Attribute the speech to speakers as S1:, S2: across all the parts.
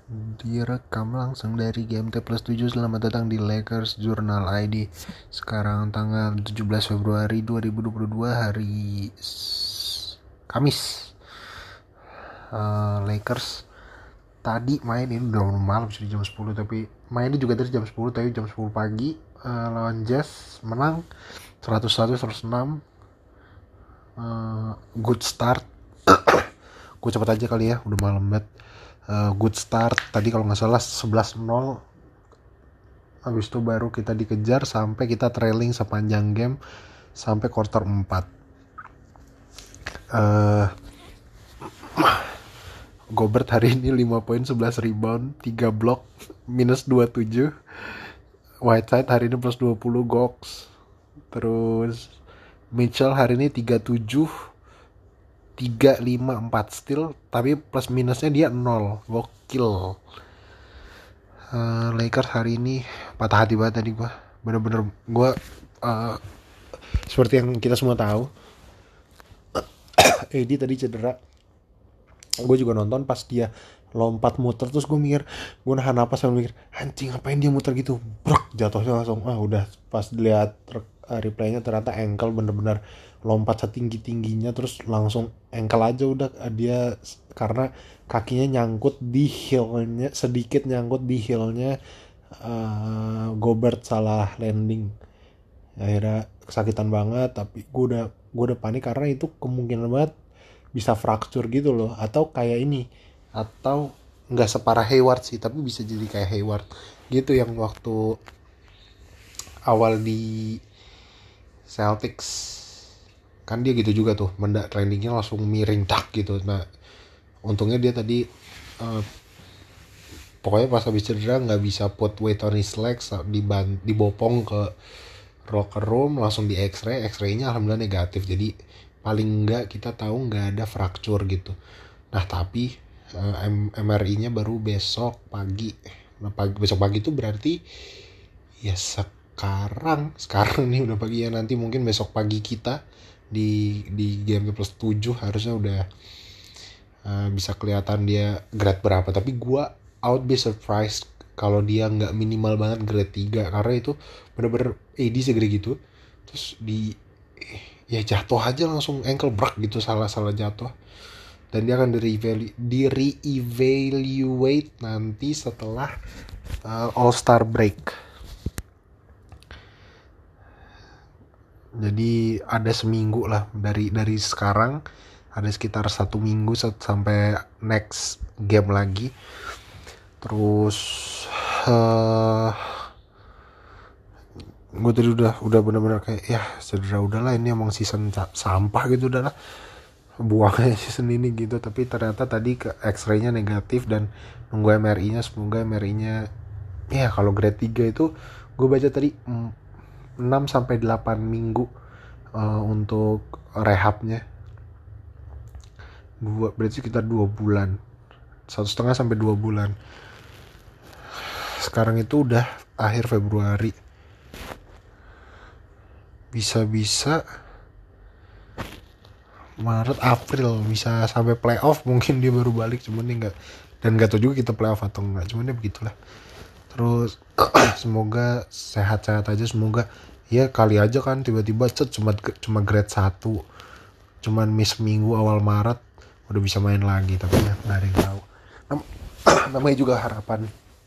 S1: Direkam langsung dari GMT Plus 7. Selamat datang di Lakers Journal ID. Sekarang tanggal 17 Februari 2022, hari Kamis. Lakers tadi main, ini udah malam sih, jam 10, tapi mainnya juga dari jam 10, tapi jam 10 pagi, lawan Jazz, menang 101 106. Good start. Gue cepet aja kali ya, udah malam banget. Good start tadi kalau nggak salah 11-0. Habis itu baru kita dikejar sampai kita trailing sepanjang game sampai quarter 4. Gobert hari ini 5 poin, 11 rebound, 3 block, minus 27. Whiteside hari ini plus 20 goks. Terus Mitchell hari ini 37, 3, 5, 4 steal, tapi plus minusnya dia 0. Gokil. Lakers hari ini patah hati banget tadi gue. Bener-bener gue, seperti yang kita semua tahu, Edi tadi cedera. Gue juga nonton pas dia lompat muter, terus gue mikir, gue nahan napas sambil mikir, anjing ngapain dia muter gitu, brok, jatuhnya langsung, udah pas dilihat replaynya ternyata ankle, bener-bener lompat setinggi-tingginya terus langsung ankle aja udah dia, karena kakinya nyangkut di heelnya, sedikit nyangkut di heelnya. Gobert salah landing, akhirnya kesakitan banget. Tapi gue udah panik karena itu kemungkinan banget bisa fracture gitu loh, atau kayak ini, atau nggak separah Hayward sih, tapi bisa jadi kayak Hayward gitu yang waktu awal di Celtics kan dia gitu juga tuh, mendak landingnya langsung miring tak gitu. Nah untungnya dia tadi pokoknya pas habis cedera nggak bisa put weight on his legs, dibopong ke locker room, langsung di X-ray-nya alhamdulillah negatif, jadi paling enggak kita tahu nggak ada fracture gitu. Nah tapi MRI-nya baru besok pagi. Nah, besok pagi itu berarti ya sekarang nih udah pagi ya, nanti mungkin besok pagi kita di game plus 7 harusnya udah bisa kelihatan dia grade berapa. Tapi gua out be surprised kalau dia nggak minimal banget grade 3, karena itu bener-bener AD segede gitu, terus ya jatuh aja langsung ankle break gitu, salah jatuh. Dan dia akan di-reevaluate nanti setelah All Star break. Jadi ada seminggu lah dari sekarang, ada sekitar 1 minggu sampai next game lagi. Terus gue tadi udah benar-benar kayak ya cedera udahlah, ini emang season sampah gitu, udahlah buang aja season ini gitu. Tapi ternyata tadi ke X-ray-nya negatif dan nunggu MRI-nya, semoga MRI-nya ya kalau grade 3 itu gue baca tadi 6-8 minggu untuk rehabnya. Berarti sekitar 2 bulan, 1,5-2 bulan. Sekarang itu udah akhir Februari, bisa-bisa Maret April bisa sampai playoff mungkin dia baru balik. Cuman dia nggak, dan nggak tahu juga kita playoff atau nggak, cuman dia begitulah. Terus semoga sehat-sehat aja, semoga ya kali aja kan tiba-tiba cuma grade 1, cuman miss minggu awal Maret udah bisa main lagi. Tapi ya nggak ada yang tahu. Namanya juga harapan.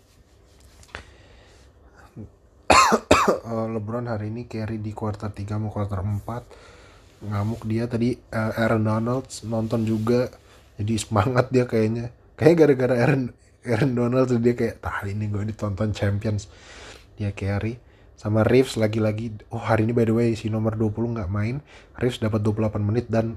S1: LeBron hari ini carry di quarter 3 mau quarter 4. Ngamuk dia tadi. Aaron Donald nonton juga, jadi semangat dia kayaknya. Kayak gara-gara Aaron Donald tuh dia kayak, ini gue ditonton Champions. Dia carry. Sama Reeves lagi-lagi. Hari ini by the way si nomor 20 gak main. Reeves dapat 28 menit dan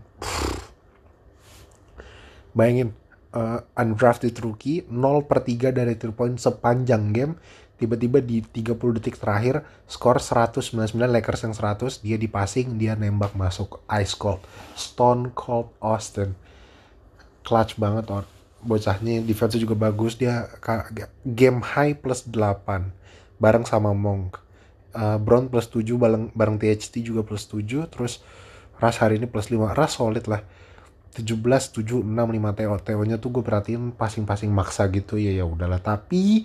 S1: bayangin, undrafted rookie 0/3 dari 3 point sepanjang game. Tiba-tiba di 30 detik terakhir skor 199, Lakers yang 100, dia di passing, dia nembak masuk, ice cold, stone cold Austin. Clutch banget bocahnya, defense juga bagus. Dia game high plus 8 bareng sama Monk. Brown plus 7 bareng THT juga plus 7. Terus Russ hari ini plus 5. Russ solid lah. 17 7 6 5 TO nya tuh gue perhatiin passing maksa gitu, ya udahlah. Tapi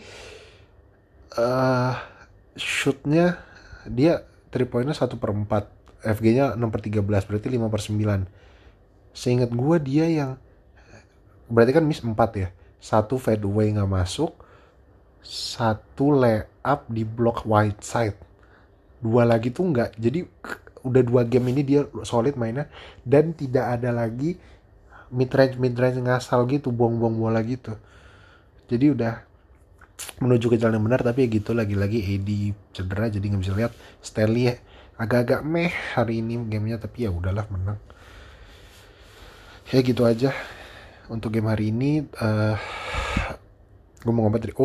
S1: shootnya dia 3 pointnya 1/4, FG-nya 6/13, berarti 5/9. Seingat gue dia yang berarti kan miss 4 ya, satu fadeaway nggak masuk, satu layup di blok wide side, dua lagi tuh nggak. Jadi udah 2 game ini dia solid mainnya, dan tidak ada lagi mid range ngasal gitu, buang-buang bola gitu. Jadi udah menuju ke jalan yang benar. Tapi ya gitu, lagi-lagi AD cedera jadi nggak bisa lihat. Stanley agak-agak meh hari ini gamenya, tapi ya udahlah, menang. Ya gitu aja untuk game hari ini. Gue mau ngomong tadi,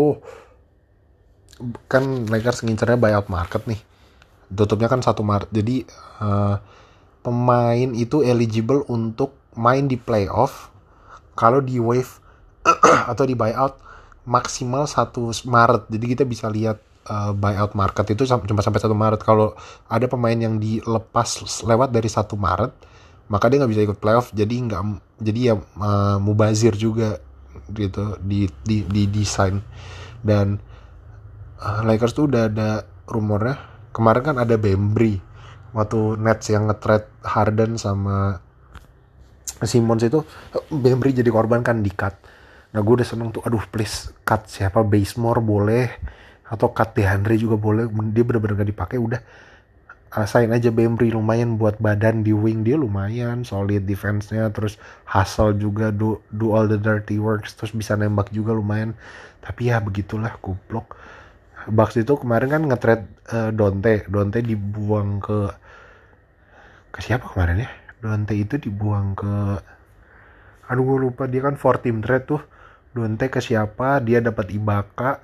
S1: kan Lakers ngincernya buyout market nih, tutupnya kan 1 Maret. Jadi pemain itu eligible untuk main di playoff kalau di waive atau di buyout maksimal 1 Maret. Jadi kita bisa lihat buyout market itu cuma sampai 1 Maret. Kalau ada pemain yang dilepas lewat dari 1 Maret, maka dia nggak bisa ikut playoff. Jadi ya mubazir juga gitu di desain. Dan Lakers tuh udah ada rumornya. Kemarin kan ada Bembry waktu Nets yang nge-trade Harden sama Simmons itu, Bembry jadi korban kan, di cut. Nah gue udah seneng tuh, aduh please cut siapa, Bazemore boleh, atau cut DeAndre juga boleh. Dia bener-bener gak dipakai, udah sign aja Bembry. Lumayan buat badan di wing, dia lumayan solid defense-nya, terus hustle juga, do all the dirty works, terus bisa nembak juga lumayan. Tapi ya begitulah, goblok. Bucks itu kemarin kan nge-trade Donte dibuang ke siapa kemarin ya? Donte itu dibuang ke, aduh gue lupa, dia kan 4-team trade tuh. Donte ke siapa, dia dapat Ibaka,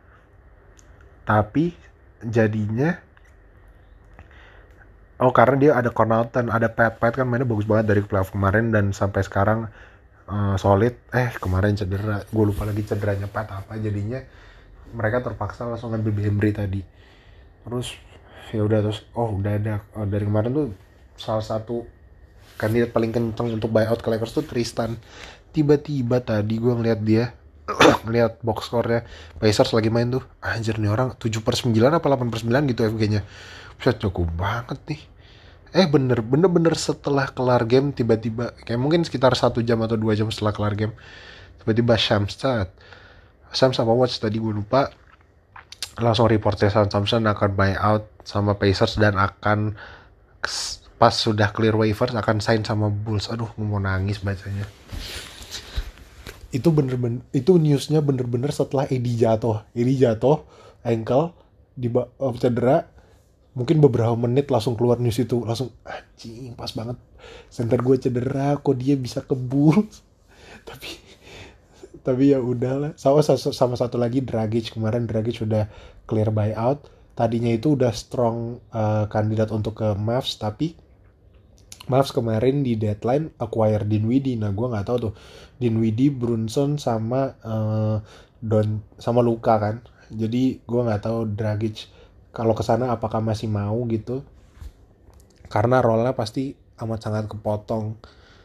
S1: tapi jadinya karena dia ada Connaughton, ada Pat kan mainnya bagus banget dari playoff kemarin dan sampai sekarang solid. Kemarin cedera, gue lupa lagi cederanya Pat apa, jadinya mereka terpaksa langsung ngambil Bembry tadi. Terus ya udah, terus udah ada dari kemarin tuh salah satu kandidat paling kenceng untuk buyout ke Lakers tuh Tristan. Tiba-tiba tadi gue ngeliat dia ngeliat box score-nya Pacers lagi main tuh, anjir nih orang 7/9 apa 8/9 gitu FG-nya. Bisa cukup banget nih. Bener setelah kelar game, tiba-tiba kayak mungkin sekitar 1 jam atau 2 jam setelah kelar game, tiba-tiba Shams apa Watch tadi gue lupa, langsung report Jason Thompson akan buyout sama Pacers dan akan pas sudah clear waivers akan sign sama Bulls. Aduh, gue mau nangis bacanya. Itu newsnya bener-bener setelah Eddie jatuh ankle di cedera, mungkin beberapa menit langsung keluar news itu. Langsung anjing, pas banget center gue cedera, kok dia bisa ke Bulls. tapi ya udahlah. Sama satu lagi Dragic, kemarin Dragic udah clear buyout. Tadinya itu udah strong kandidat untuk ke Mavs, tapi Mavs kemarin di deadline acquire Dinwiddie. Nah gue nggak tahu tuh Dinwiddie, Brunson sama sama Luka kan. Jadi gue nggak tahu Dragic kalau kesana apakah masih mau gitu, karena role-nya pasti amat sangat kepotong.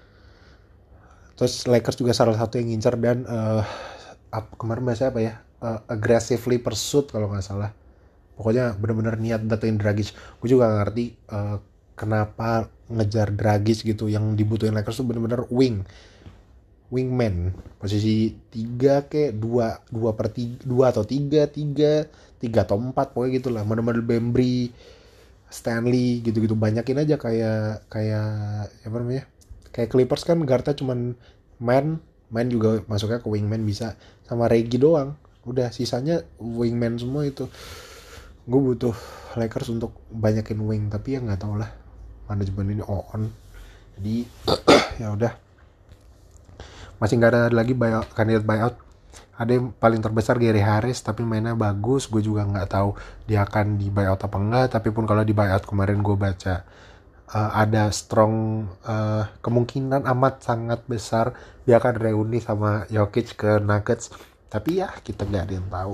S1: Terus Lakers juga salah satu yang ngincer, dan kemarin bahasa apa ya, aggressively pursuit kalau nggak salah. Pokoknya bener-bener niat datain Dragic. Gue juga gak ngerti kenapa ngejar Dragic gitu. Yang dibutuhin Lakers tuh bener-bener wingman, posisi 3 ke 2/3, 2 atau 3 atau 4, pokoknya gitulah. Bener-bener Bembry, Stanley gitu-gitu, banyakin aja kayak apa namanya, kayak Clippers kan guardnya cuman main juga masuknya ke wingman bisa, sama Reggie doang, udah sisanya wingman semua itu. Gue butuh Lakers untuk banyakin wing, tapi ya nggak tau lah, manajemen ini on. Jadi ya udah, masih nggak ada lagi kandidat buyout. Ada yang paling terbesar Gary Harris, tapi mainnya bagus. Gue juga nggak tahu dia akan di buyout apa enggak. Tapi pun kalau di buyout kemarin gue baca ada strong kemungkinan amat sangat besar dia akan reuni sama Jokic ke Nuggets. Tapi ya kita nggak ada yang tahu.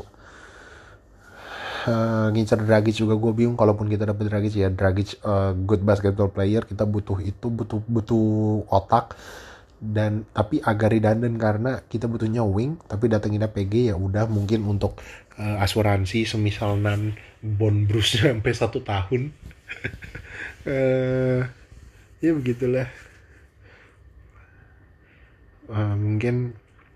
S1: Ngincer Dragic juga gue bingung. Kalaupun kita dapet Dragic, ya Dragic good basketball player, kita butuh itu, butuh otak. dan tapi agak redundant karena kita butuhnya wing tapi datanginnya PG, ya udah mungkin untuk asuransi semisal nan bond bruce sampai 1 tahun. eh Ya begitulah. Mungkin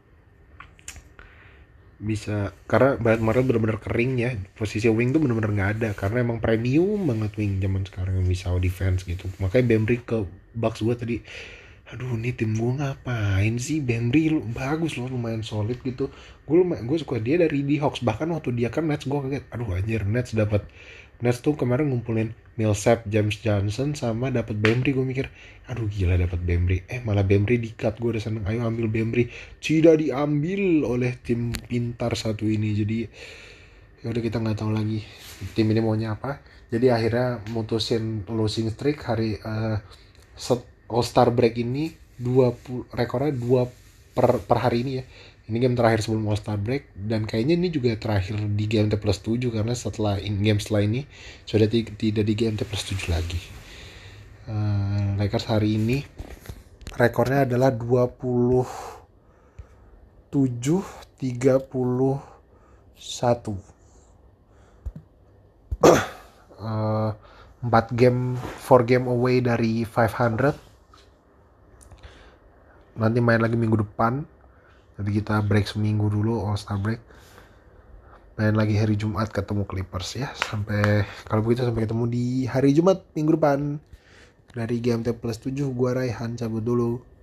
S1: bisa karena bahan kemarin benar-benar kering ya, posisi wing tuh benar-benar nggak ada karena emang premium banget wing zaman sekarang yang bisa defense gitu. Makanya Bembry ke Bucks gue tadi, aduh nih tim gue ngapain sih, Bembry bagus loh, lumayan solid gitu. Gue suka dia dari di Hawks, bahkan waktu dia kan Nets gue kaget, aduh anjir Nets tuh kemarin ngumpulin Millsap, James Johnson sama dapat Bembry. Gue mikir aduh gila dapat Bembry, malah Bembry di cut. Gue udah seneng, ayo ambil Bembry, tidak diambil oleh tim pintar satu ini. Jadi ya udah kita nggak tahu lagi tim ini maunya apa. Jadi akhirnya mutusin losing streak hari All Star break ini. 20 rekornya 2 per hari ini ya. Ini game terakhir sebelum All Star break dan kayaknya ini juga terakhir di game T+7 karena setelah game setelah ini sudah tidak di game T+7 lagi. Lakers hari ini rekornya adalah 27-31. 4 game 4 game away dari 500. Nanti main lagi minggu depan. Jadi kita break seminggu dulu All Star break. Main lagi hari Jumat ketemu Clippers ya. Kalau begitu sampai ketemu di hari Jumat minggu depan. Dari GMT+7 gua Raihan cabut dulu.